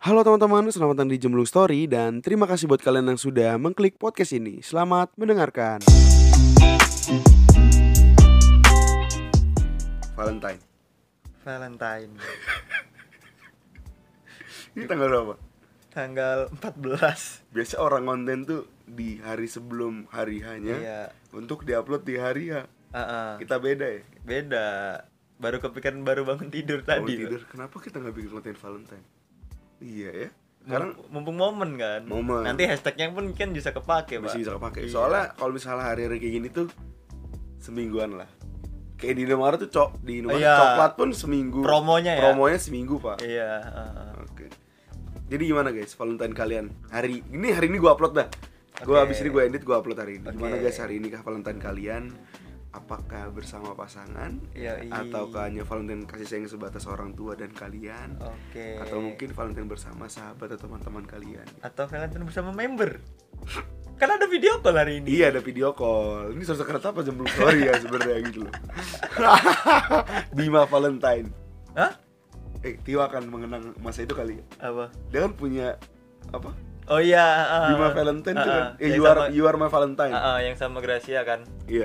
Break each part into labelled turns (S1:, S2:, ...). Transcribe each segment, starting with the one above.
S1: Halo teman-teman, selamat datang di Jemblung Story dan terima kasih buat kalian yang sudah mengklik podcast ini. Selamat mendengarkan. Valentine. Ini tanggal berapa?
S2: Tanggal 14.
S1: Biasa orang konten tuh di hari sebelum hari hanya
S2: Iya.
S1: untuk diupload di hari ya. Kita beda ya.
S2: Beda. Baru kepikiran baru bangun tidur
S1: Bangun
S2: tadi.
S1: tidur. Kenapa kita nggak bikin konten Valentine? Iya ya. Sekarang
S2: Mumpung momen kan.
S1: Momen.
S2: Nanti hashtagnya pun kan bisa kepake, Pak.
S1: masih bisa kepake.
S2: Iya.
S1: Soalnya kalau misalnya hari-hari kayak gini tuh semingguan lah. Kayak di Indomaret tuh di Indomaret
S2: Iya.
S1: coklat pun seminggu.
S2: Promonya ya?
S1: Promonya seminggu, Pak.
S2: Iya.
S1: Oke. Jadi gimana guys Valentine kalian? Hari ini gue upload dah. Gue
S2: Oke.
S1: abis ini gue edit, gue upload hari ini. Gimana
S2: Oke.
S1: guys hari ini kah Valentine kalian? Apakah bersama pasangan?
S2: Yoi.
S1: Ataukah hanya Valentine kasih sayang sebatas orang tua dan kalian?
S2: Oke.
S1: Atau mungkin Valentine bersama sahabat atau teman-teman kalian?
S2: Atau Valentine bersama member. Kan ada video call hari ini.
S1: Iya ada video call. Ini sosok kereta apa Jemblung Story ya sebenarnya gitu loh. Bima Valentine.
S2: Hah?
S1: Tio akan mengenang masa itu kali ya.
S2: Apa?
S1: Dia kan punya apa?
S2: Oh iya,
S1: Bima Valentine tuh kan.
S2: yang
S1: You are my Valentine.
S2: yang sama Gracia kan.
S1: Iya.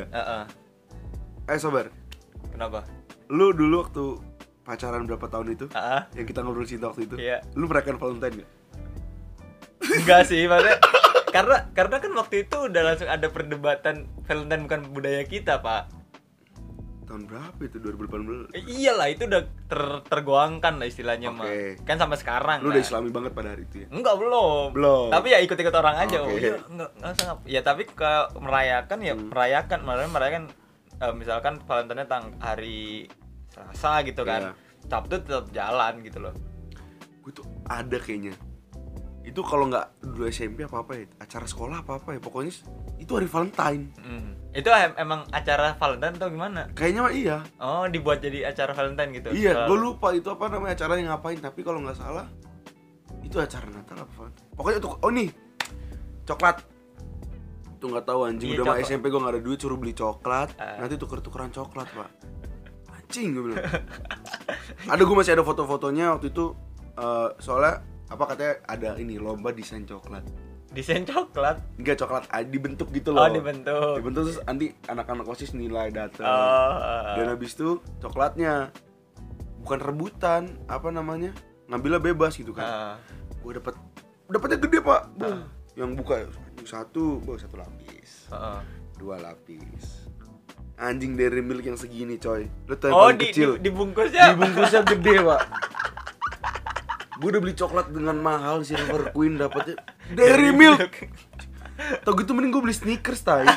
S1: Sobar.
S2: Kenapa?
S1: Lu dulu waktu pacaran berapa tahun itu?
S2: Ah,
S1: Yang kita ngobrol cinta waktu itu.
S2: iya.
S1: Lu merayakan Valentine gak?
S2: Enggak sih, maksudnya karena kan waktu itu udah langsung ada perdebatan Valentine bukan budaya kita, Pak.
S1: Tahun berapa itu? 2018.
S2: Iyalah, itu udah tergoangkan lah istilahnya mah.
S1: Oke.
S2: Kan sampai sekarang.
S1: Lu
S2: kan.
S1: udah islami banget pada hari itu ya?
S2: Enggak, belum.
S1: Belum.
S2: Tapi ya ikut-ikut orang aja.
S1: Oke.
S2: Oh, iya, enggak usah. Ya tapi ke merayakan ya merayakan misalkan Valentine hari Selasa gitu kan.
S1: Iya.
S2: Sabtu tetap jalan gitu loh.
S1: Gue tuh ada kayaknya. Itu kalau nggak dulu SMP apa ya, acara sekolah apa ya, pokoknya itu hari Valentine.
S2: Itu emang acara Valentine atau gimana?
S1: Kayaknya mah iya.
S2: Oh, dibuat jadi acara Valentine gitu.
S1: Iya, gue lupa itu apa namanya acaranya ngapain, tapi kalau nggak salah itu acara Natal apa Valentine. Pokoknya untuk nih coklat. Tuh nggak tahu anjing
S2: Iya,
S1: udah mah
S2: coklat.
S1: SMP gue nggak ada duit suruh beli coklat, nanti tuker-tukeran coklat, Pak. Anjing gue bilang. Gue masih ada foto-fotonya waktu itu soalnya apa katanya ada ini lomba desain coklat.
S2: Desain coklat.
S1: Enggak coklat dibentuk gitu loh.
S2: Oh, dibentuk.
S1: Dibentuk terus nanti anak-anak OSIS nilai datang.
S2: Oh.
S1: Dan habis itu coklatnya bukan rebutan, apa namanya? Ngambilnya bebas gitu kan. Gue dapatnya gede, Pak. Yang buka satu lapis. 2 lapis. Anjing Dairy Milk yang segini, coy. Lu tahu yang paling kecil.
S2: Dibungkusnya.
S1: Dibungkusnya gede, Pak. Gue udah beli coklat dengan mahal Silver Queen dapatnya Dairy Milk. Tau gitu mending gue beli Snickers tai.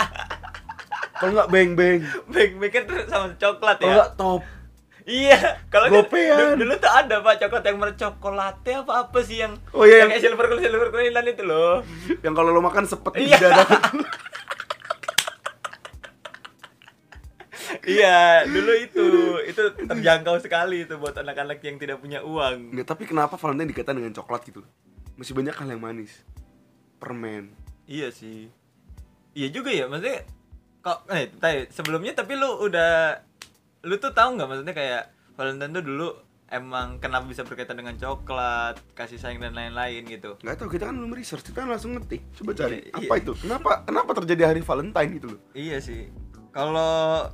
S1: Kalau nggak beng-beng.
S2: Beng kan sama coklat
S1: Kalau
S2: ya.
S1: nggak top.
S2: Iya, kalau
S1: Gopean.
S2: dulu tuh ada Pak coklat yang bercokolate apa sih yang
S1: Oh iya,
S2: yang kayak silver queen itu loh.
S1: Yang kalau lo makan sepet di
S2: Iya.
S1: dada.
S2: Iya, dulu itu terjangkau sekali itu buat anak-anak yang tidak punya uang.
S1: Nggak, tapi kenapa Valentine dikaitkan dengan coklat gitu? Masih banyak hal yang manis. Permen.
S2: Iya sih. Iya juga ya, maksudnya kok sebelumnya tapi lu tuh tahu nggak maksudnya kayak Valentine tuh dulu emang kenapa bisa berkaitan dengan coklat, kasih sayang dan lain-lain gitu.
S1: Nggak tahu, kita kan belum research, kita kan langsung ngetik. Coba cari
S2: Iya,
S1: apa itu? Kenapa terjadi hari Valentine gitu loh?
S2: Iya sih. Kalau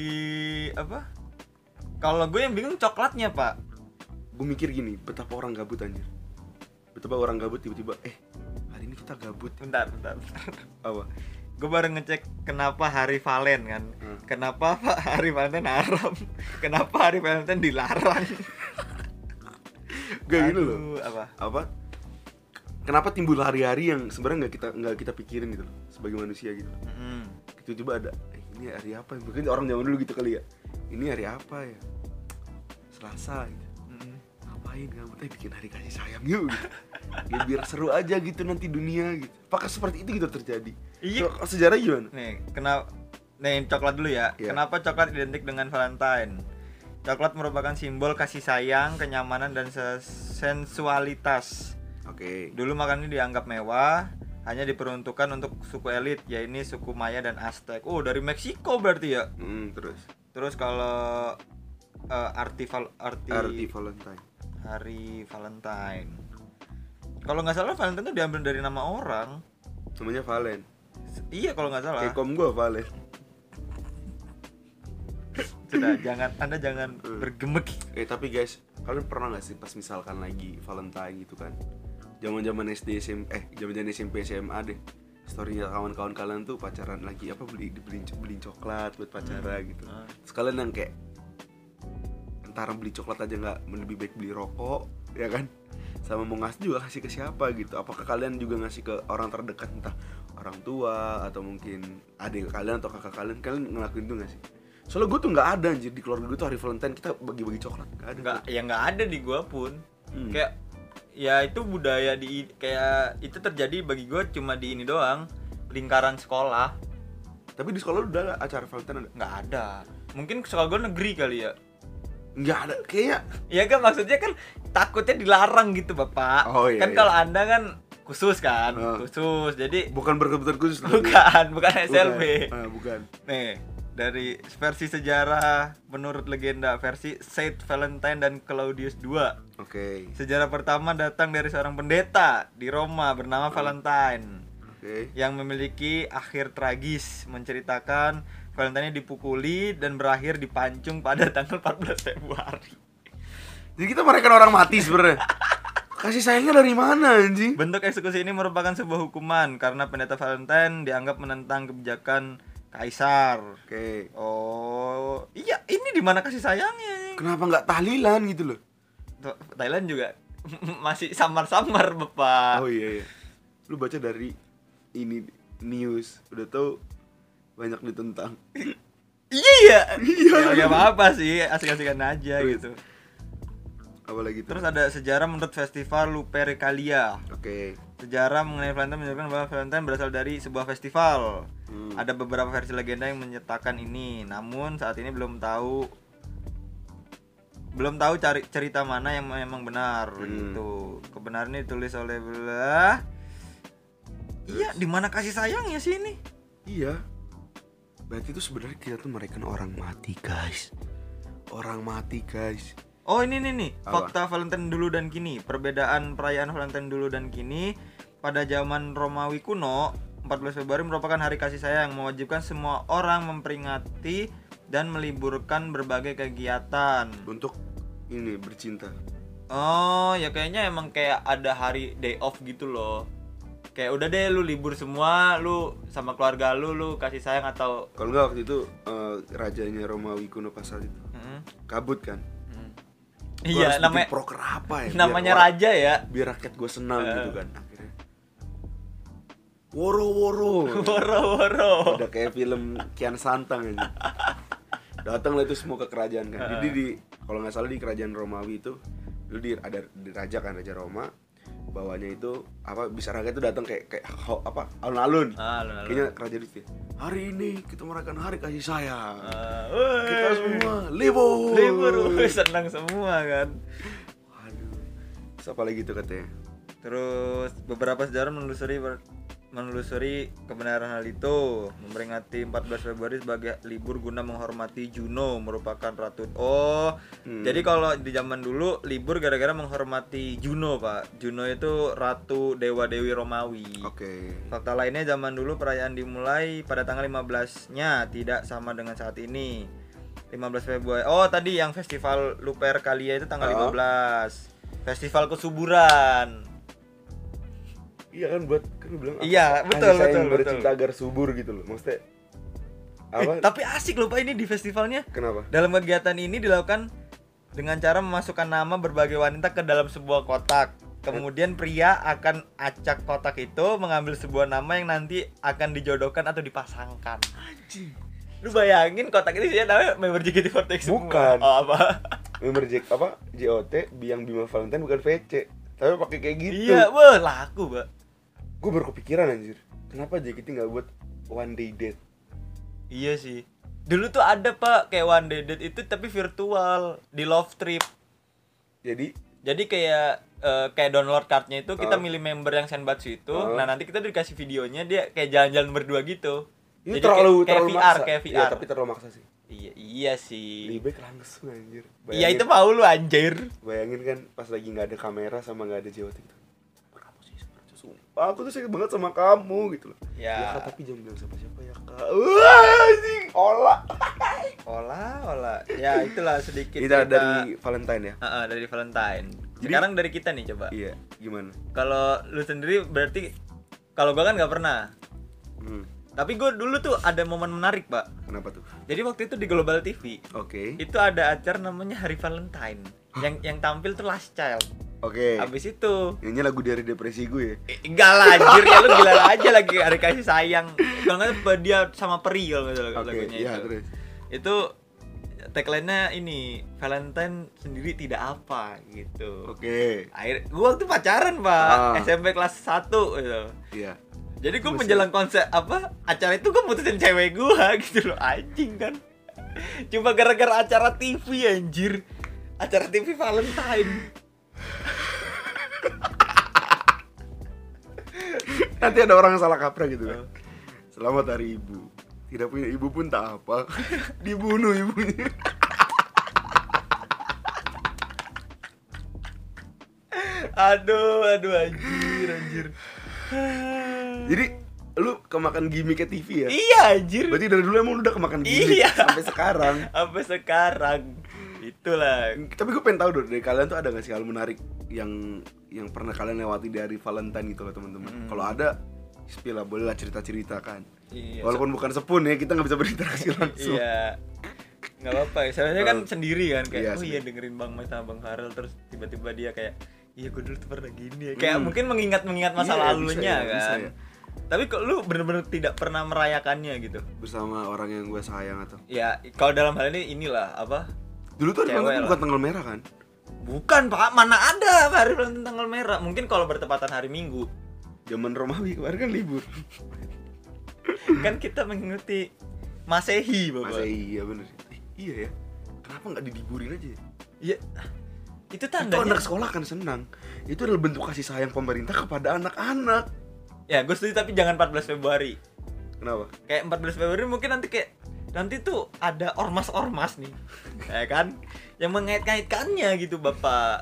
S2: Kalau gue yang bingung coklatnya, Pak.
S1: Gue mikir gini, betapa orang gabut anjir. Betapa orang gabut tiba-tiba hari ini kita gabut.
S2: Bentar.
S1: Apa?
S2: Gue baru ngecek kenapa hari Valen kan. Kenapa Pak hari Valentine haram? Kenapa hari Valentine dilarang?
S1: Gak gini loh.
S2: Apa?
S1: Kenapa timbul hari-hari yang sebenarnya nggak kita pikirin gitu loh, sebagai manusia gitu. Tiba-tiba ada ini hari apa ya? Mungkin orang zaman dulu gitu kali ya. Ini hari apa ya? Selasa gitu. Ngapain kamu bikin hari kasih sayang yuk gitu. Ya biar seru aja gitu nanti dunia gitu. Apakah seperti itu gitu terjadi?
S2: Iya.
S1: Sejarah gimana?
S2: Nih coklat dulu ya.
S1: Iya.
S2: Kenapa coklat identik dengan Valentine? Coklat merupakan simbol kasih sayang, kenyamanan dan sensualitas.
S1: Oke.
S2: Dulu makannya dianggap mewah, hanya diperuntukkan untuk suku elit, yaitu suku Maya dan Aztec. Oh, dari Meksiko berarti ya.
S1: Terus
S2: Terus kalau arti
S1: Valentine.
S2: Hari Valentine. Kalau nggak salah Valentine tuh diambil dari nama orang.
S1: Namanya Valen.
S2: Iya kalau nggak salah.
S1: Kayak kom gue Valen.
S2: Sudah, Anda jangan bergemek.
S1: Tapi guys, kalian pernah nggak sih pas misalkan lagi Valentine gitu kan? Zaman-zaman SD zaman-zaman SMP SMA deh. Story-nya kawan-kawan kalian tuh pacaran lagi beliin coklat buat pacaran gitu. Terus kalian yang kayak antara beli coklat aja nggak, lebih baik beli rokok, ya kan? Sama mau ngasih juga kasih ke siapa gitu. Apakah kalian juga ngasih ke orang terdekat, entah orang tua atau mungkin adik kalian atau kakak kalian ngelakuin itu nggak sih? Soalnya gue tuh nggak ada anjir, di keluarga gue tuh hari Valentine kita bagi-bagi coklat, nggak ada.
S2: Nggak ada di gue pun. Kayak ya itu budaya kayak itu terjadi bagi gue cuma di ini doang, lingkaran sekolah.
S1: Tapi di sekolah udah ada acara Valentine ada?
S2: Nggak ada. Mungkin sekolah gue negeri kali ya.
S1: Nggak ada, kayaknya.
S2: Ya kan maksudnya kan takutnya dilarang gitu bapak.
S1: Oh, iya,
S2: kan kalau anda kan khusus kan, khusus. Jadi
S1: bukan berkebutuhan khusus.
S2: Bukan SLB.
S1: Bukan.
S2: Nih, dari versi sejarah menurut legenda versi Saint Valentine dan Claudius II.
S1: Oke.
S2: Sejarah pertama datang dari seorang pendeta di Roma bernama Valentine. Yang memiliki akhir tragis, menceritakan Valentine dipukuli dan berakhir dipancung pada tanggal 14 Februari.
S1: Jadi kita mereka orang mati sebenarnya. Kasih sayangnya dari mana anjing?
S2: Bentuk eksekusi ini merupakan sebuah hukuman karena pendeta Valentine dianggap menentang kebijakan kaisar.
S1: Oke.
S2: Oh, iya, ini di mana kasih sayangnya?
S1: Kenapa nggak tahlilan gitu loh?
S2: Thailand juga masih samar-samar, Bapak.
S1: Oh iya. Lu baca dari ini news, udah tahu banyak ditentang.
S2: Iya. Ya apa sih, asik-asikan aja gitu.
S1: Apalagi itu?
S2: Terus ada sejarah menurut festival Lupercalia.
S1: Oke.
S2: Sejarah mengenai Valentine menunjukkan bahwa Valentine berasal dari sebuah festival. Ada beberapa versi legenda yang menyatakan ini, namun saat ini belum tahu cerita mana yang memang benar gitu. Kebenarannya ditulis oleh Iya, di mana kasih sayangnya sih ini?
S1: Iya. Berarti itu sebenarnya kita tuh mereka orang mati, guys. Orang mati, guys.
S2: Oh, ini nih. Fakta Valentine dulu dan kini. Perbedaan perayaan Valentine dulu dan kini. Pada zaman Romawi kuno, 14 Februari merupakan hari kasih sayang, mewajibkan semua orang memperingati dan meliburkan berbagai kegiatan
S1: untuk ini bercinta.
S2: Oh, ya kayaknya emang kayak ada hari day off gitu loh. Kayak udah deh lu libur semua, lu sama keluarga lu kasih sayang atau
S1: kalau enggak waktu itu rajanya Romawi kuno pas saat itu. Kabut kan?
S2: Iya, namanya
S1: proker apa ya?
S2: Namanya raja ya.
S1: Biar rakyat gue senang gitu kan. Akhirnya woro. Udah kayak film Kian Santang aja. Datang lah itu semua ke kerajaan kan. Jadi kalau nggak salah di kerajaan Romawi itu dulu ada raja kan, Raja Roma. Bawahnya itu bisa rakyat itu datang kayak alun-alun. Kayaknya kerajaan itu hari ini kita merayakan hari kasih sayang. Kita semua libur.
S2: Senang semua kan.
S1: Waduh. Terus apa lagi tuh katanya?
S2: Terus beberapa sejarah menelusuri kebenaran hal itu. Memperingati 14 Februari sebagai libur guna menghormati Juno, merupakan ratu. Jadi kalau di zaman dulu libur gara-gara menghormati Juno, Pak. Juno itu ratu dewa-dewi Romawi.
S1: Oke.
S2: Fakta lainnya zaman dulu perayaan dimulai pada tanggal 15-nya, tidak sama dengan saat ini. 15 Februari. Oh, tadi yang festival Lupercalia itu tanggal 15. Festival kesuburan.
S1: Iya kan bilang
S2: iya betul
S1: bercinta agar subur gitu loh, maksudnya
S2: tapi asik loh Pak ini di festivalnya.
S1: Kenapa?
S2: Dalam kegiatan ini dilakukan dengan cara memasukkan nama berbagai wanita ke dalam sebuah kotak. Kemudian pria akan acak kotak itu mengambil sebuah nama yang nanti akan dijodohkan atau dipasangkan.
S1: Anjing.
S2: Lu bayangin kotak ini sih namanya member JKT48 semua.
S1: Bukan.
S2: Apa?
S1: Member JOT Biang Bima Valentine bukan VC. Tapi pakai kayak gitu.
S2: Iya, laku, Pak.
S1: Gue baru kepikiran anjir. Kenapa JKT enggak buat one day date?
S2: Iya sih. Dulu tuh ada Pak kayak one day date itu tapi virtual di Love Trip. Jadi kayak download cardnya itu kita milih member yang senbatsu itu. Nah, nanti kita dikasih videonya dia kayak jalan-jalan berdua gitu.
S1: Ini
S2: jadi
S1: terlalu
S2: kayak VR,
S1: maksa.
S2: kayak VR.
S1: Ya, tapi terlalu maksa sih.
S2: Iya sih.
S1: Lebih baik langsung anjir.
S2: Iya itu mau lu anjir.
S1: Bayangin kan pas lagi nggak ada kamera sama nggak ada JOT gitu. Kamu sih sebenarnya sumpah aku tuh sayang banget sama kamu gitu loh.
S2: Ya.
S1: Kak, tapi jangan bilang siapa-siapa ya kak. Wah anjing olah.
S2: Olah. Ya itulah sedikit.
S1: Kita dari Valentine ya.
S2: Dari Valentine.
S1: Jadi-
S2: Sekarang dari kita nih coba.
S1: Iya, gimana?
S2: Kalau lu sendiri berarti, kalau gua kan nggak pernah. Tapi gue dulu tuh ada momen menarik, Pak.
S1: Kenapa tuh?
S2: Jadi waktu itu di Global TV
S1: Oke.
S2: itu ada acara namanya Hari Valentine. Yang tampil tuh Last Child.
S1: Oke.
S2: Habis itu
S1: Nyanyi lagu dari depresi gue ya.
S2: enggak lah anjir, ya lu gila aja lagi hari kasih sayang. Kalau nggak dia sama Peri kalau nggak salah
S1: Oke,
S2: lagunya
S1: iya
S2: itu.
S1: terus.
S2: Itu tagline-nya ini, Valentine sendiri tidak apa gitu.
S1: Oke.
S2: Gua waktu pacaran, Pak.
S1: Ah.
S2: SMP kelas 1 gitu.
S1: Iya.
S2: Jadi gue
S1: Buset.
S2: menjelang konsep acara itu gue mutusin cewek gue gitu loh, anjing kan. Cuma gara-gara acara TV anjir. Acara TV Valentine.
S1: Nanti ada orang yang salah kaprah gitu kan. Selamat hari ibu. Tidak punya ibu pun tak apa. Dibunuh ibunya.
S2: Aduh anjir.
S1: Jadi lu kemakan gimmicknya TV ya?
S2: Iya anjir.
S1: Berarti dari dulu emang lu udah kemakan gimmick
S2: Iya.
S1: sampai sekarang.
S2: Sampai sekarang. Itulah.
S1: Tapi gue pengen tahu dong dari kalian tuh ada gak sih hal menarik yang pernah kalian lewati dari Valentine gitu loh teman-teman. Kalau ada, spill lah, boleh lah cerita-cerita kan.
S2: Iya.
S1: Walaupun bukan sepun ya, kita nggak bisa berinteraksi langsung.
S2: Iya. Nggak apa-apa ya. Soalnya kan sendiri kan kayak
S1: Iya,
S2: oh iya dengerin Bang Mas sama Bang Farel, terus tiba-tiba dia kayak iya gue dulu tuh pernah gini ya. Kayak mungkin mengingat masa
S1: Iya,
S2: lalunya
S1: bisa ya,
S2: kan.
S1: bisa ya.
S2: Tapi kok lu bener-bener tidak pernah merayakannya gitu?
S1: Bersama orang yang gue sayang atau.
S2: Ya, kalau dalam hal ini inilah apa?
S1: Dulu tuh
S2: Cewek
S1: Valentine
S2: lah.
S1: bukan tanggal merah kan?
S2: Bukan, Pak. Mana ada hari Valentine tanggal merah? Mungkin kalau bertepatan hari Minggu.
S1: Zaman Romawi kemarin kan libur.
S2: Kan kita mengikuti Masehi, Bapak.
S1: Masa iya bener. Iya ya. Kenapa nggak diliburin aja?
S2: Iya. Itu
S1: Itu
S2: tandanya.
S1: anak sekolah kan senang. Itu adalah bentuk kasih sayang pemerintah kepada anak-anak.
S2: Ya, gue setuju tapi jangan 14 Februari.
S1: Kenapa?
S2: Kayak 14 Februari mungkin nanti tuh ada ormas-ormas nih. Ya kan? Yang mengait-ngaitkannya gitu, Bapak.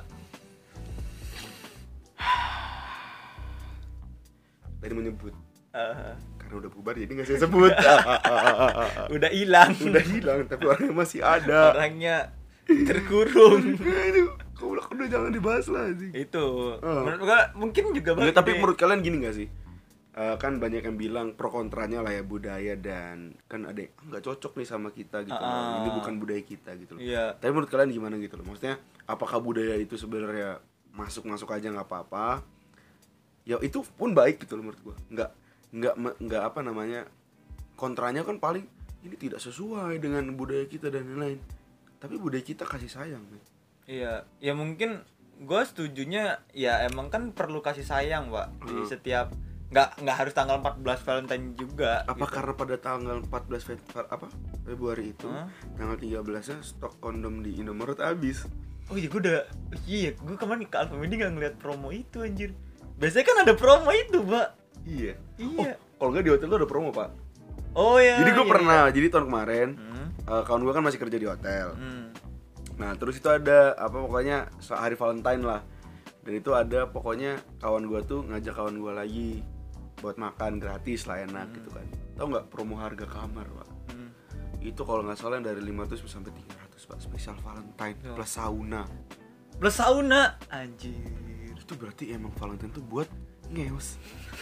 S1: Tadi menyebut
S2: Eh,
S1: karena udah bubar jadi nggak saya sebut.
S2: udah hilang.
S1: Udah hilang tapi orangnya masih ada.
S2: Orangnya terkurung.
S1: Aduh, goblok udah jangan dibahas lah sih.
S2: Itu. Menurut gua mungkin juga
S1: Nggak, tapi
S2: deh.
S1: menurut kalian gini gak sih? Kan banyak yang bilang pro kontranya lah ya budaya dan kan ada yang nggak cocok nih sama kita gitu loh. Ini bukan budaya kita gitu loh.
S2: Iya.
S1: Tapi menurut kalian gimana gitu loh? Maksudnya apakah budaya itu sebenarnya masuk aja nggak apa-apa? Ya itu pun baik gitu loh menurut gua. Nggak apa namanya, kontranya kan paling ini tidak sesuai dengan budaya kita dan lain-lain. Tapi budaya kita kasih sayang. Men.
S2: Iya, ya mungkin gue setujunya ya emang kan perlu kasih sayang, Pak. Di setiap nggak harus tanggal 14 Valentine juga.
S1: Apa
S2: gitu.
S1: karena pada tanggal 14 Februari itu tanggal 13-nya stok kondom di Indomaret habis.
S2: Oh iya, gue kemarin ke Alfamidi nggak ngeliat promo itu anjir. Biasanya kan ada promo itu, Pak.
S1: Iya.
S2: Iya.
S1: Kalau nggak di hotel tuh ada promo, Pak.
S2: Oh iya.
S1: Jadi gue
S2: iya,
S1: pernah, jadi tahun kemarin
S2: iya.
S1: kawan gue kan masih kerja di hotel.
S2: Hmm.
S1: Nah terus itu ada apa pokoknya hari Valentine lah. Dan itu ada pokoknya kawan gue tuh ngajak kawan gue lagi buat makan gratis lah enak gitu kan. Tahu nggak promo harga kamar, Pak? Itu kalau nggak salah dari 500 sampai 300, Pak, spesial Valentine plus sauna.
S2: Plus sauna, anjir.
S1: Itu berarti emang Valentine tuh buat ngeus.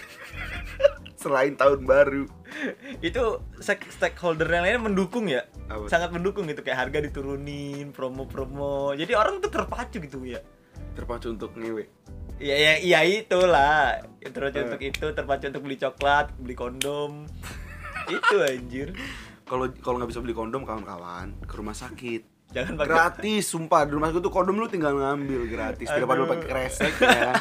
S1: Selain tahun baru.
S2: Itu stakeholder yang lainnya mendukung ya.
S1: Apa?
S2: Sangat mendukung gitu, kayak harga diturunin, promo-promo. Jadi orang tuh terpacu gitu ya.
S1: Terpacu untuk ngewe.
S2: Iya itulah. Terpacu untuk itu, terpacu untuk beli coklat, beli kondom. Itu anjir.
S1: Kalau nggak bisa beli kondom kawan-kawan ke rumah sakit.
S2: Jangan pakai
S1: Gratis, sumpah. Di rumah sakit tuh kondom lu tinggal ngambil gratis daripada lu pakai kresek ya.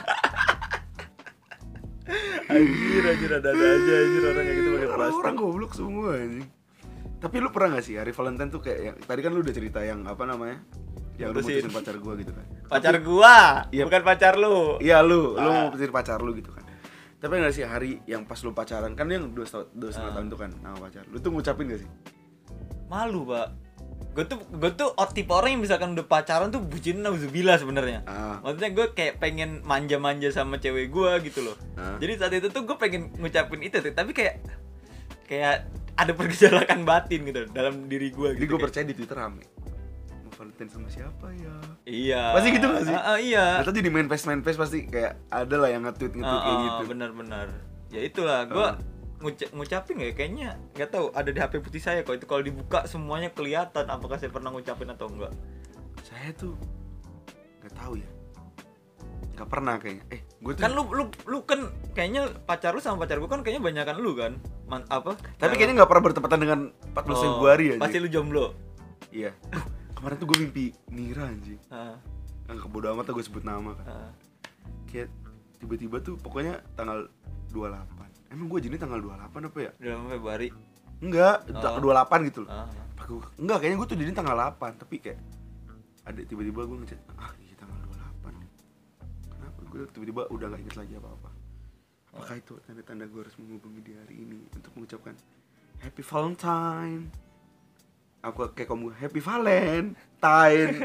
S2: anjir ada aja anjir orang kayak gitu pakai plastik.
S1: Orang goblok semua anjing. Tapi lu pernah gak sih hari Valentine tuh kayak yang tadi kan lu udah cerita yang apa namanya? Yang lu
S2: Mutusin.
S1: mutusin pacar gua gitu kan.
S2: Pacar gua,
S1: Iya.
S2: bukan pacar lu.
S1: Iya lu mau mutusin pacar lu gitu kan. Tapi gak sih hari yang pas lu pacaran kan yang 2,5 tahun tuh kan sama pacar. Lu tuh ngucapin gak sih?
S2: Malu, Pak. gue tuh tipe orang yang misalkan udah pacaran tuh bucin nauzubillah sebenarnya. Maksudnya gue kayak pengen manja-manja sama cewek gue gitu loh. Jadi saat itu tuh gue pengen ngucapin itu tuh, tapi kayak ada pergejolakan batin gitu dalam diri gue gitu.
S1: Jadi gue percaya di Twitter rame. Mau Valentine sama siapa ya?
S2: Iya.
S1: Pasti gitu gak sih?
S2: Iya.
S1: Atau jadi main face pasti kayak ada lah yang nge-tweet kayak gitu.
S2: Benar-benar. Ya itulah, gue ngucapin ya kayaknya nggak tahu ada di HP putih saya kok, itu kalau dibuka semuanya kelihatan apakah saya pernah ngucapin atau enggak.
S1: Saya tuh nggak tahu ya, nggak pernah kayaknya. Gue tuh
S2: kan lu kan kayaknya pacar lu sama pacar gue kan kayaknya banyakan lu kan
S1: tapi kayaknya nggak pernah bertepatan dengan 14 Februari aja.
S2: Pasti lu jomblo.
S1: Iya. Kemarin tuh gue mimpi Nira anjing. Nggak bodo amat tuh gue sebut nama kan. Kayak tiba-tiba tuh pokoknya tanggal 28. Emang gue jadi tanggal 28 apa ya?
S2: 28 Februari.
S1: Enggak, 28 gitu loh. Enggak, kayaknya gue tuh jadi tanggal 8, tapi kayak ada tiba-tiba gue ngechat, iya tanggal 28. Kenapa gue tiba-tiba udah enggak ingat lagi apa-apa. Apakah itu tanda-tanda gue harus menghubungi di hari ini untuk mengucapkan Happy Valentine? Aku kayak kamu Happy Valentine.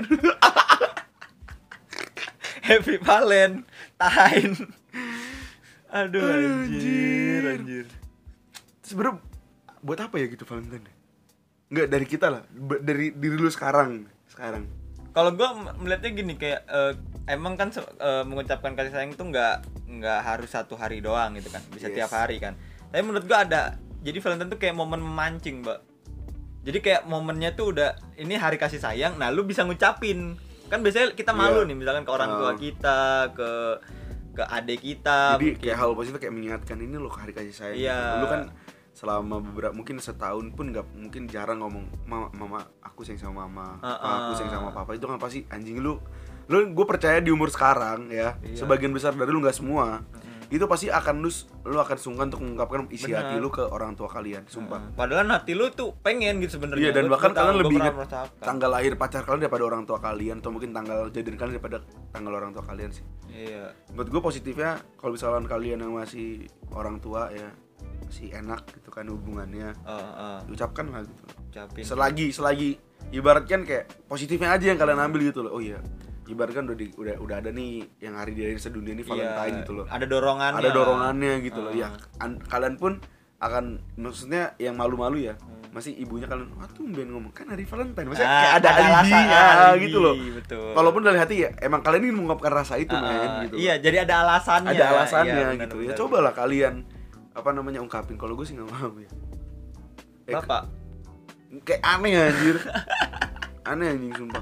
S2: Happy Valentine. Aduh anjir.
S1: Sebenarnya buat apa ya gitu Valentine? Enggak dari kita lah, dari diri lu sekarang.
S2: Kalau gue melihatnya gini kayak emang kan mengucapkan kasih sayang tuh nggak harus satu hari doang gitu kan, bisa tiap hari kan. Tapi menurut gue ada, jadi Valentine tuh kayak momen memancing, Mbak. Jadi kayak momennya tuh udah ini hari kasih sayang, nah lu bisa ngucapin. Kan biasanya kita malu nih misalkan ke orang tua kita, ke adik kita.
S1: Jadi
S2: mungkin.
S1: kayak hal positif kayak mengingatkan ini loh hari kasih sayang.
S2: Iya.
S1: Lu kan selama beberapa mungkin setahun pun nggak mungkin jarang ngomong mama aku sayang sama mama, aku sayang sama papa. Itu kan pasti anjing lu gue percaya di umur sekarang ya, sebagian besar dari lu, nggak semua. Itu pasti akan lu akan sungkan untuk mengungkapkan isi hati lu ke orang tua kalian, sumpah.
S2: Padahal hati lu tuh pengen gitu sebenarnya.
S1: Iya, dan bahkan kalian lebih ingat tanggal lahir pacar kalian daripada orang tua kalian, atau mungkin tanggal jadian kalian daripada tanggal orang tua kalian sih.
S2: Iya.
S1: Buat gue positifnya kalau misalkan kalian yang masih orang tua ya, masih enak gitu kan hubungannya, ucapkan lah gitu.
S2: Ucapin.
S1: Selagi ibaratkan kayak positifnya aja yang kalian ambil gitu loh. Oh iya, ibaratkan udah ada nih yang hari dia sedunia ini Valentine gitu loh.
S2: Ada dorongannya
S1: gitu loh. Ya kalian pun akan, maksudnya yang malu-malu ya. Masih ibunya kalian, tumben ngomong kan hari Valentine. Maksudnya kayak ada alibinya gitu loh.
S2: Betul.
S1: Walaupun dari hati ya emang kalian ingin mengungkapkan rasa itu men gitu.
S2: Iya, jadi ada alasannya.
S1: Ada alasannya
S2: iya,
S1: gitu.
S2: benar.
S1: Ya cobalah kalian ungkapin. Kalau gue sih enggak mau ya.
S2: Bapak
S1: kayak aneh anjir. Aneh anjing sumpah.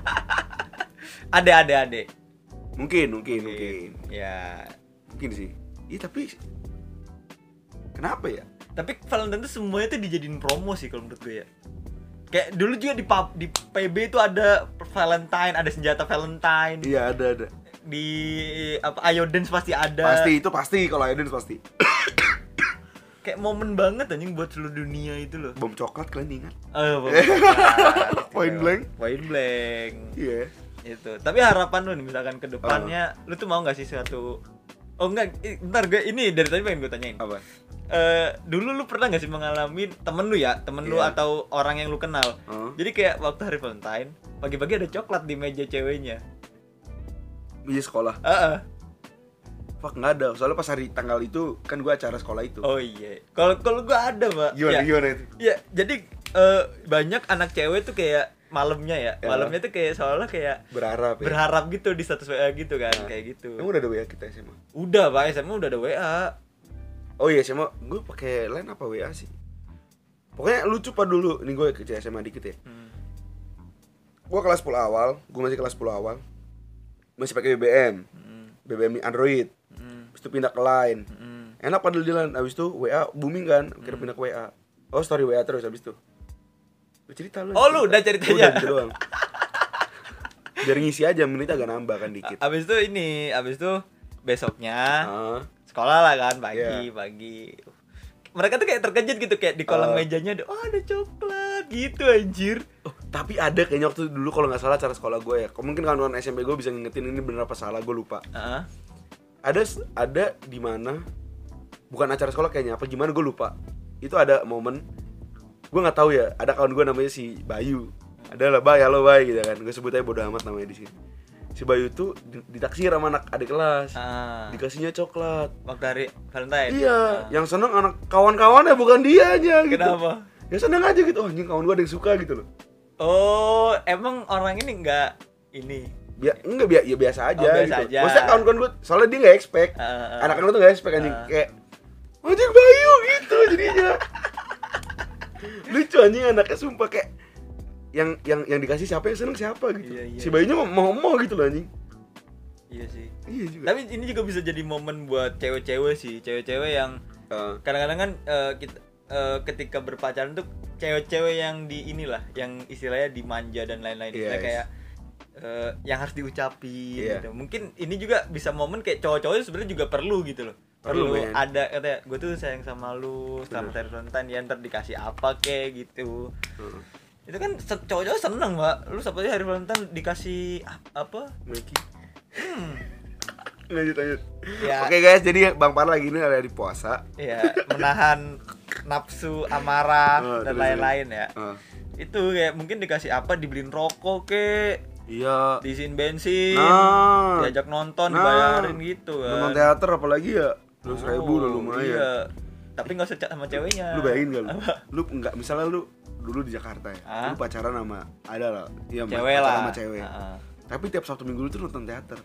S2: Ade.
S1: Mungkin.
S2: Ya.
S1: Mungkin sih. Iya tapi kenapa ya?
S2: Tapi Valentine tuh semuanya tuh dijadiin promo sih kalau menurut gue ya. Kayak dulu juga di PB itu ada Valentine, ada senjata Valentine.
S1: Iya, ada.
S2: Di Ayo Dance pasti ada.
S1: Pasti kalau Ayo Dance pasti.
S2: Kayak momen banget anjing buat seluruh dunia itu loh.
S1: Bom coklat kalian ingat?
S2: Bom coklat.
S1: Point blank.
S2: Iya. Itu. Tapi harapan lu nih misalkan ke depannya, lu tuh mau enggak sih suatu bentar gue ini dari tadi pengen gue tanyain.
S1: Apa?
S2: Dulu lu pernah enggak sih mengalami temen lu atau orang yang lu kenal. Jadi kayak waktu hari Valentine, pagi-pagi ada coklat di meja ceweknya.
S1: Meja sekolah. Fuck, nggak ada. Soalnya pas hari tanggal itu kan gue acara sekolah itu.
S2: Oh iya. Kalau gue ada, Pak.
S1: Gimana itu?
S2: Ya, jadi banyak anak cewek tuh kayak malamnya ya. Malamnya tuh kayak seolah kayak berharap gitu di status WA gitu kan, kayak gitu.
S1: Emang udah ada WA kita SMA?
S2: Udah, Pak. SMA udah ada WA.
S1: Oh iya, SMA gue pakai line apa WA sih? Pokoknya lucu pak dulu. Ini gue ke SMA dikit ya. Gue kelas 10 awal, masih pakai BBM. BBM Android. Habis itu pindah ke Line. Enak padahal di Line. Habis itu WA booming kan, kira pindah ke WA. Oh, story WA terus habis itu. Lu cerita lu.
S2: Oh, lu udah ceritanya.
S1: Udah gitu doang. Biar ngisi aja, menit agak nambah kan dikit.
S2: Habis itu besoknya sekolah lah kan, pagi. Mereka tuh kayak terkejut gitu, kayak di kolong mejanya ada coklat gitu anjir.
S1: Oh, tapi ada kayaknya waktu dulu kalau nggak salah acara sekolah gue ya. Mungkin kawan-kawan SMP gue bisa ngingetin ini bener apa salah, gue lupa. Ada di mana, bukan acara sekolah kayaknya, apa gimana gue lupa. Itu ada momen, gue nggak tahu ya. Ada kawan gue namanya si Bayu. Adalah Bay, halo Bay gitu kan. Gue sebut aja bodo amat namanya di sini. Si Bayu tuh ditaksir sama anak adik kelas. Dikasihnya coklat
S2: waktu hari Valentine.
S1: Iya, yang seneng anak kawan-kawannya bukan dia aja gitu.
S2: Kenapa?
S1: Ya seneng aja gitu. Oh, anjing kawan gue ada yang suka gitu loh.
S2: Oh, emang orang ini enggak ini.
S1: Enggak ya biasa aja
S2: biasa
S1: gitu.
S2: aja.
S1: Maksudnya kawan-kawan gue soalnya dia enggak expect. Anak-anak tuh enggak expect anjing kayak anjing Bayu gitu jadinya. Lucu anjing anaknya sumpah kayak yang dikasih siapa yang seneng siapa gitu.
S2: Iya.
S1: Si Bayunya mau gitu loh anjing.
S2: Iya sih.
S1: Iya juga.
S2: Tapi ini juga bisa jadi momen buat cewek-cewek sih, cewek-cewek yang kadang-kadang kan kita ketika berpacaran tuh cewek-cewek yang di inilah, yang istilahnya dimanja dan lain-lain. Yes. Kayak yang harus diucapin gitu. Mungkin ini juga bisa momen kayak cowok-cowok sebenarnya juga perlu gitu loh. Perlu ada katanya gue tuh sayang sama lu selama hari Valentine, ya ntar dikasih apa kayak gitu. Itu kan cowok-cowok seneng, Mbak. Lu siapa aja hari Valentine dikasih apa?
S1: Meki. Lanjut.
S2: Ya.
S1: Oke guys, jadi Bang Par lagi ini ada di puasa.
S2: Iya, menahan nafsu amarah dan lain-lain ya. Itu kayak mungkin dikasih apa, dibeliin rokok kek.
S1: Iya.
S2: Diisiin bensin. Diajak nonton, dibayarin gitu kan.
S1: Nonton teater apalagi ya. 200.000 udah lumayan.
S2: Iya. Tapi enggak usah sama ceweknya.
S1: Lu bayangin enggak lu? Lu enggak misalnya lu dulu di Jakarta ya. Lu pacaran sama ada lah. Iya,
S2: cewek lah.
S1: Sama cewek. Tapi tiap Sabtu Minggu lu tuh nonton teater.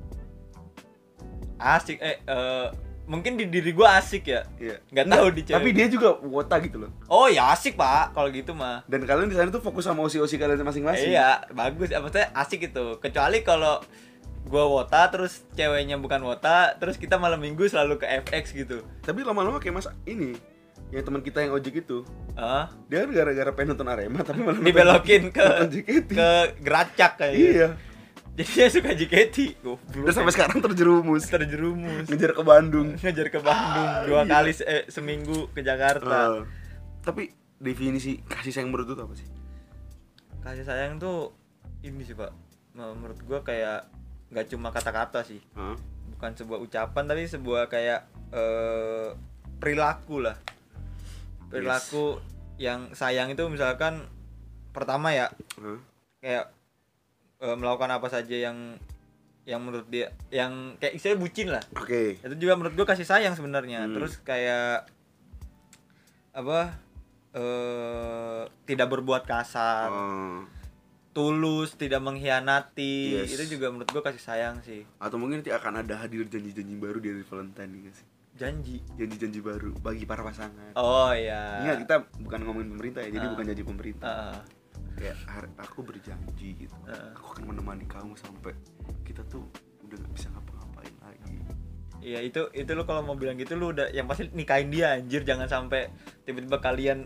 S2: Asik mungkin di diri gua asik ya.
S1: Iya.
S2: Enggak tahu di cewek.
S1: Tapi dia juga wota gitu loh.
S2: Oh, ya asik, Pak, kalau gitu mah.
S1: Dan kalian di sana tuh fokus sama osi-osi kalian masing-masing.
S2: Iya, bagus. Maksudnya asik itu. Kecuali kalau gua wota terus ceweknya bukan wota, terus kita malam Minggu selalu ke FX gitu.
S1: Tapi lama-lama kayak masa ini yang teman kita yang ojek itu. Dia kan gara-gara pengen nonton Arema tapi malah
S2: dibelokin ke
S1: JKT.
S2: Ke Geracak kayaknya.
S1: Iya.
S2: Jadi dia suka JKT.
S1: Udah sampai sekarang terjerumus. Ngejar ke Bandung.
S2: 2 kali seminggu ke Jakarta.
S1: Tapi definisi kasih sayang menurut lu apa sih?
S2: Kasih sayang tuh ini sih, Pak. Menurut gua kayak enggak cuma kata-kata sih. Bukan sebuah ucapan tapi sebuah kayak perilaku lah. Perilaku yang sayang itu misalkan pertama ya. Kayak melakukan apa saja yang menurut dia yang kayak istilahnya bucin lah.
S1: Oke.
S2: Itu juga menurut gua kasih sayang sebenarnya. Terus kayak apa? Tidak berbuat kasar. Tulus, tidak mengkhianati. Itu juga menurut gua kasih sayang sih.
S1: Atau mungkin nanti akan ada hadir janji-janji baru di hari Valentine nih sih. Janji-janji baru bagi para pasangan.
S2: Oh iya.
S1: Ingat kita bukan ngomongin pemerintah ya, jadi bukan janji pemerintah. Kayak aku berjanji gitu. Aku akan menemani kamu sampai kita tuh udah nggak bisa ngapa-ngapain lagi.
S2: Iya, itu lo kalau mau bilang gitu lo udah yang pasti nikahin dia anjir, jangan sampai tiba-tiba kalian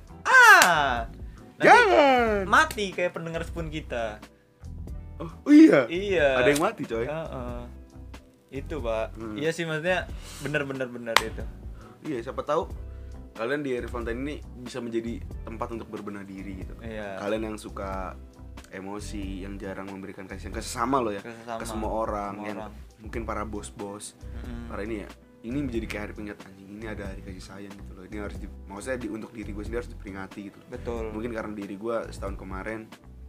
S1: jangan
S2: mati kayak pendengar Spoon kita.
S1: Oh iya.
S2: Iya.
S1: Ada yang mati coy.
S2: Itu Pak. Iya sih, maksudnya benar itu.
S1: Iya, siapa tahu kalian di hari Valentine ini bisa menjadi tempat untuk berbenah diri gitu.
S2: Iya.
S1: Kalian yang suka emosi, yang jarang memberikan kasih sayang ke sesama lo ya, ke semua orang, yang mungkin para bos-bos, para ini ya, ini menjadi kayak hari pengingat anjing, ini ada hari kasih sayang gitu loh. Ini harus maksudnya untuk diri gue sendiri harus diperingati gitu.
S2: Betul.
S1: Mungkin karena diri gue setahun kemarin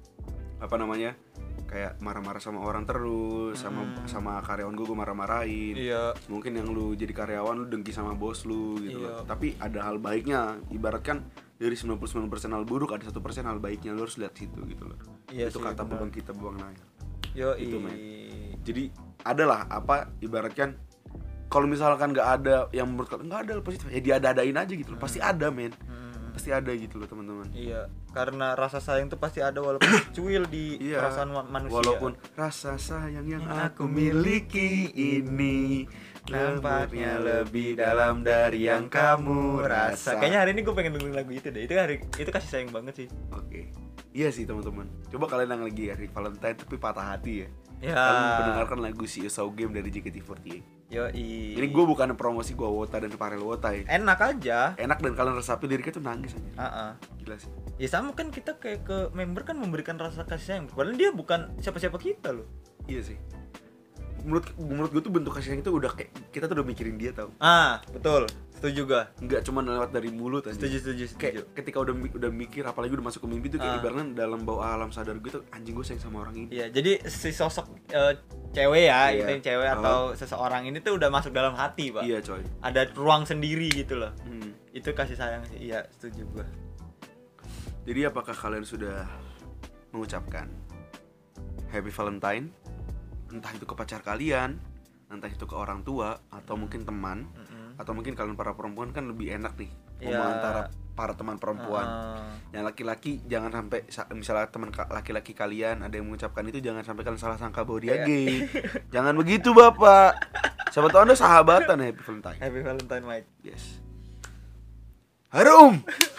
S1: kayak marah-marah sama orang terus, sama karyawan gue marah-marahin.
S2: Iya.
S1: Mungkin yang lu jadi karyawan lu dengki sama bos lu gitu loh. Tapi ada hal baiknya. Ibaratkan dari 99% hal buruk ada 1% hal baiknya, lu harus lihat situ gitu loh.
S2: Iya
S1: itu
S2: sih,
S1: kata
S2: benar.
S1: buang kita buang naik.
S2: Itu
S1: men. Jadi adalah ibaratkan kalau misalkan nggak ada yang menurut kalian nggak ada positif, ya diada-adain aja gitu loh. Pasti ada men. Pasti ada gitu loh teman-teman.
S2: Iya, karena rasa sayang itu pasti ada walaupun cuil di perasaan manusia.
S1: Walaupun rasa sayang yang aku miliki ini nampaknya lebih dalam dari yang kamu rasa.
S2: Kayaknya hari ini gue pengen dengerin lagu itu deh. Itu kasih sayang banget sih.
S1: Oke. Iya sih teman-teman. Coba kalian yang lagi hari Valentine tapi patah hati ya.
S2: Ya.
S1: Kalian mendengarkan lagu Si So Game dari JKT48.
S2: Yoi.
S1: Ini gue bukan promosi gue Wota dan Farel Wota ya.
S2: Enak aja.
S1: Enak dan kalian resapi liriknya tuh nangis aja. Gila sih.
S2: Ya sama kan kita kayak ke member kan memberikan rasa kasih sayang. Padahal dia bukan siapa-siapa kita loh.
S1: Iya sih. menurut gue tuh bentuk kasih sayang itu udah kayak kita tuh udah mikirin dia tau.
S2: Betul, setuju gua.
S1: Nggak cuma lewat dari mulut aja.
S2: Setuju.
S1: Kayak ketika udah mikir, apalagi udah masuk ke mimpi tuh kayak ibaratnya dalam bawah alam sadar gue tuh anjing gue sayang sama orang ini.
S2: Iya, jadi si sosok cewek ya,
S1: Iya.
S2: itu cewek atau seseorang ini tuh udah masuk dalam hati, Pak.
S1: Iya coy.
S2: Ada ruang sendiri gitu loh.
S1: Hmm.
S2: Itu kasih sayang sih. Iya, setuju gua.
S1: Jadi apakah kalian sudah mengucapkan Happy Valentine? Entah itu ke pacar kalian, entah itu ke orang tua, atau mungkin teman, atau mungkin kalian para perempuan kan lebih enak nih
S2: Iya.
S1: ngomong antara para teman perempuan. Yang laki-laki jangan sampai misalnya teman laki-laki kalian ada yang mengucapkan itu, jangan sampai kalian salah sangka bahwa dia gay. Jangan begitu Bapak. Siapa tahu Anda sahabatan. Happy Valentine.
S2: Happy Valentine, Mike.
S1: Yes. Harum.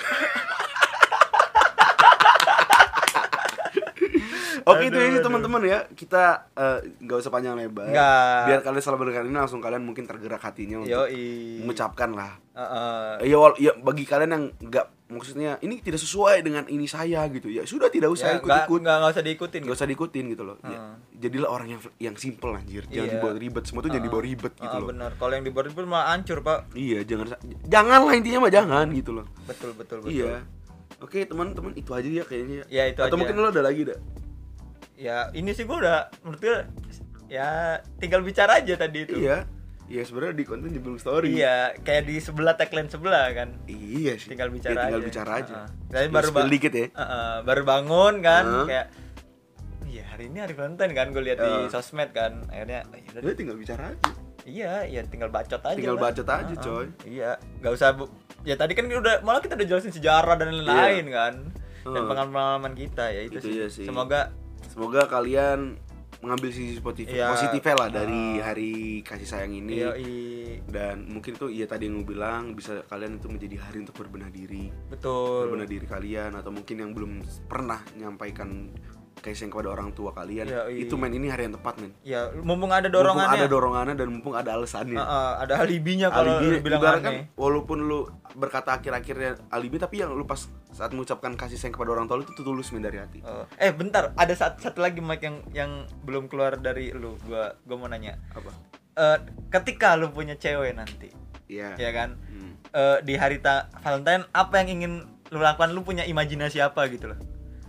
S1: Oke, itu ya teman-teman ya. Kita nggak usah panjang lebar.
S2: Nggak.
S1: Biar kalian setelah mendengar ini langsung kalian mungkin tergerak hatinya untuk mengucapkan lah. Ya bagi kalian yang nggak, maksudnya ini tidak sesuai dengan ini saya gitu ya, sudah tidak usah ikut-ikut.
S2: Nggak usah diikutin.
S1: Nggak usah diikutin gitu loh. Ya, jadilah orang yang simple anjir. Jangan dibawa ribet. Semua tuh jangan dibawa ribet gitu loh.
S2: Benar. Kalau yang dibawa ribet malah hancur, Pak.
S1: Iya, janganlah intinya mah jangan gitu loh.
S2: Betul.
S1: Iya. Oke, teman-teman, itu aja ya kayaknya.
S2: Ya, itu
S1: atau
S2: aja.
S1: mungkin lo ada lagi dah.
S2: Ya, ini sih gua udah menurut gue ya tinggal bicara aja tadi itu.
S1: Iya. Iya, sebenarnya di konten Jemblung Story.
S2: Iya, kayak di sebelah tagline sebelah kan.
S1: Iya sih.
S2: Tinggal bicara
S1: ya, tinggal
S2: aja.
S1: bicara aja.
S2: Tapi baru
S1: dikit ya.
S2: Baru bangun kan, kayak iya hari ini hari Valentine kan, gue lihat di sosmed kan. Akhirnya
S1: Udah tinggal bicara aja.
S2: Iya, tinggal bacot aja.
S1: Tinggal
S2: lah.
S1: bacot aja, coy.
S2: Iya, nggak usah ya tadi kan malah kita udah jelasin sejarah dan lain-lain kan. Dan pengalaman kita ya itu sih.
S1: Iya sih.
S2: Semoga
S1: kalian mengambil sisi positifnya lah dari hari kasih sayang ini. Dan mungkin tuh ya tadi yang gue bilang, bisa kalian itu menjadi hari untuk berbenah diri.
S2: Betul.
S1: Berbenah diri kalian, atau mungkin yang belum pernah menyampaikan kasih sayang kepada orang tua kalian. Itu ini hari yang tepat, men.
S2: Ya, mumpung ada dorongannya.
S1: Mumpung ada dorongannya dan mumpung ada alasannya.
S2: Ada alibinya kalau lu bilang
S1: kan, walaupun lu berkata akhir-akhirnya alibi, tapi yang lu pas saat mengucapkan kasih sayang kepada orang tua lu itu tulus, men, dari hati.
S2: Bentar, ada satu lagi Mike yang belum keluar dari lu. Gua mau nanya.
S1: Apa?
S2: Ketika lu punya cewek nanti.
S1: Iya.
S2: Ya kan? Di hari Valentine, apa yang ingin lu lakukan? Lu punya imajinasi apa gitu loh?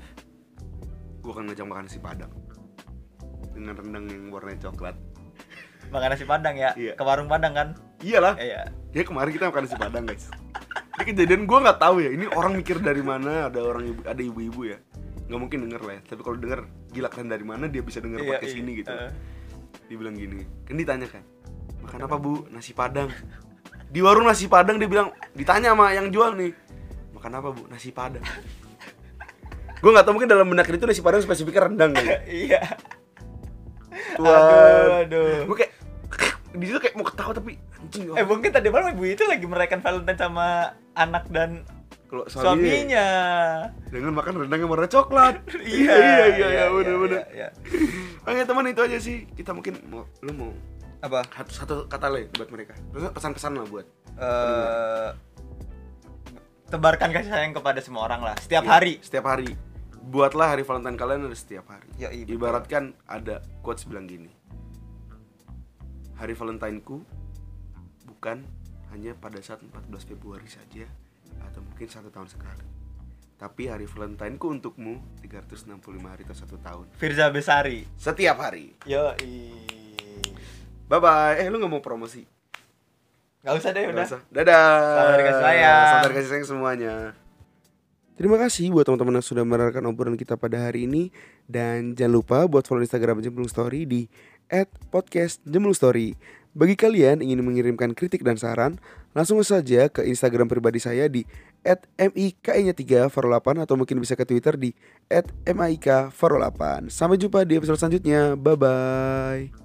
S1: Gue akan ngajak makan nasi padang dengan rendang yang warnanya coklat.
S2: Makan nasi padang ya?
S1: Iya.
S2: Ke warung padang kan?
S1: Iyalah.
S2: Iya.
S1: Ya kemarin kita makan nasi padang, guys. Ini kejadian gue nggak tahu ya. Ini orang mikir dari mana? Ada ibu-ibu ya. Nggak mungkin denger lah ya. Tapi kalau denger, gila keren dari mana dia bisa denger podcast ini gitu. Dia bilang gini. Kan ditanya kan, makan apa bu? Nasi padang. Di warung nasi padang dia bilang, ditanya sama yang jual nih, makan apa bu? Nasi padang. Gue nggak tahu, mungkin dalam benak itu nasi padang spesifiknya rendang kan?
S2: Iya.
S1: Tuan.
S2: Aduh.
S1: Gue kayak di situ kayak mau ketawa tapi anjing.
S2: Mungkin tadi malam ibu itu lagi merayakan Valentine sama anak dan
S1: kalau
S2: suaminya
S1: dengan makan rendang yang warna coklat. Iya, bener. Oke teman, itu aja sih. Kita mungkin lu mau
S2: apa?
S1: Satu kata lah buat mereka. Terus pesan-pesan lah buat
S2: tebarkan kasih sayang kepada semua orang lah setiap hari.
S1: Setiap hari. Buatlah hari Valentine kalian ada setiap hari.
S2: Ibaratkan
S1: ada quotes bilang gini, hari Valentineku bukan hanya pada saat 14 Februari saja, atau mungkin 1 tahun sekali, tapi hari Valentineku untukmu 365 hari atau 1 tahun.
S2: Firza Besari.
S1: Setiap hari.
S2: Bye
S1: bye. Lu gak mau promosi?
S2: Gak usah deh, udah.
S1: Dadah.
S2: Selamat dikasih sayang.
S1: Selamat dikasih sayang semuanya. Terima kasih buat teman-teman yang sudah mendengarkan obrolan kita pada hari ini. Dan jangan lupa buat follow Instagram Jemblung Story di @podcastjemblungstory. Bagi kalian ingin mengirimkan kritik dan saran, langsung saja ke Instagram pribadi saya di @miki348 atau mungkin bisa ke Twitter di @maik8. Sampai jumpa di episode selanjutnya. Bye bye.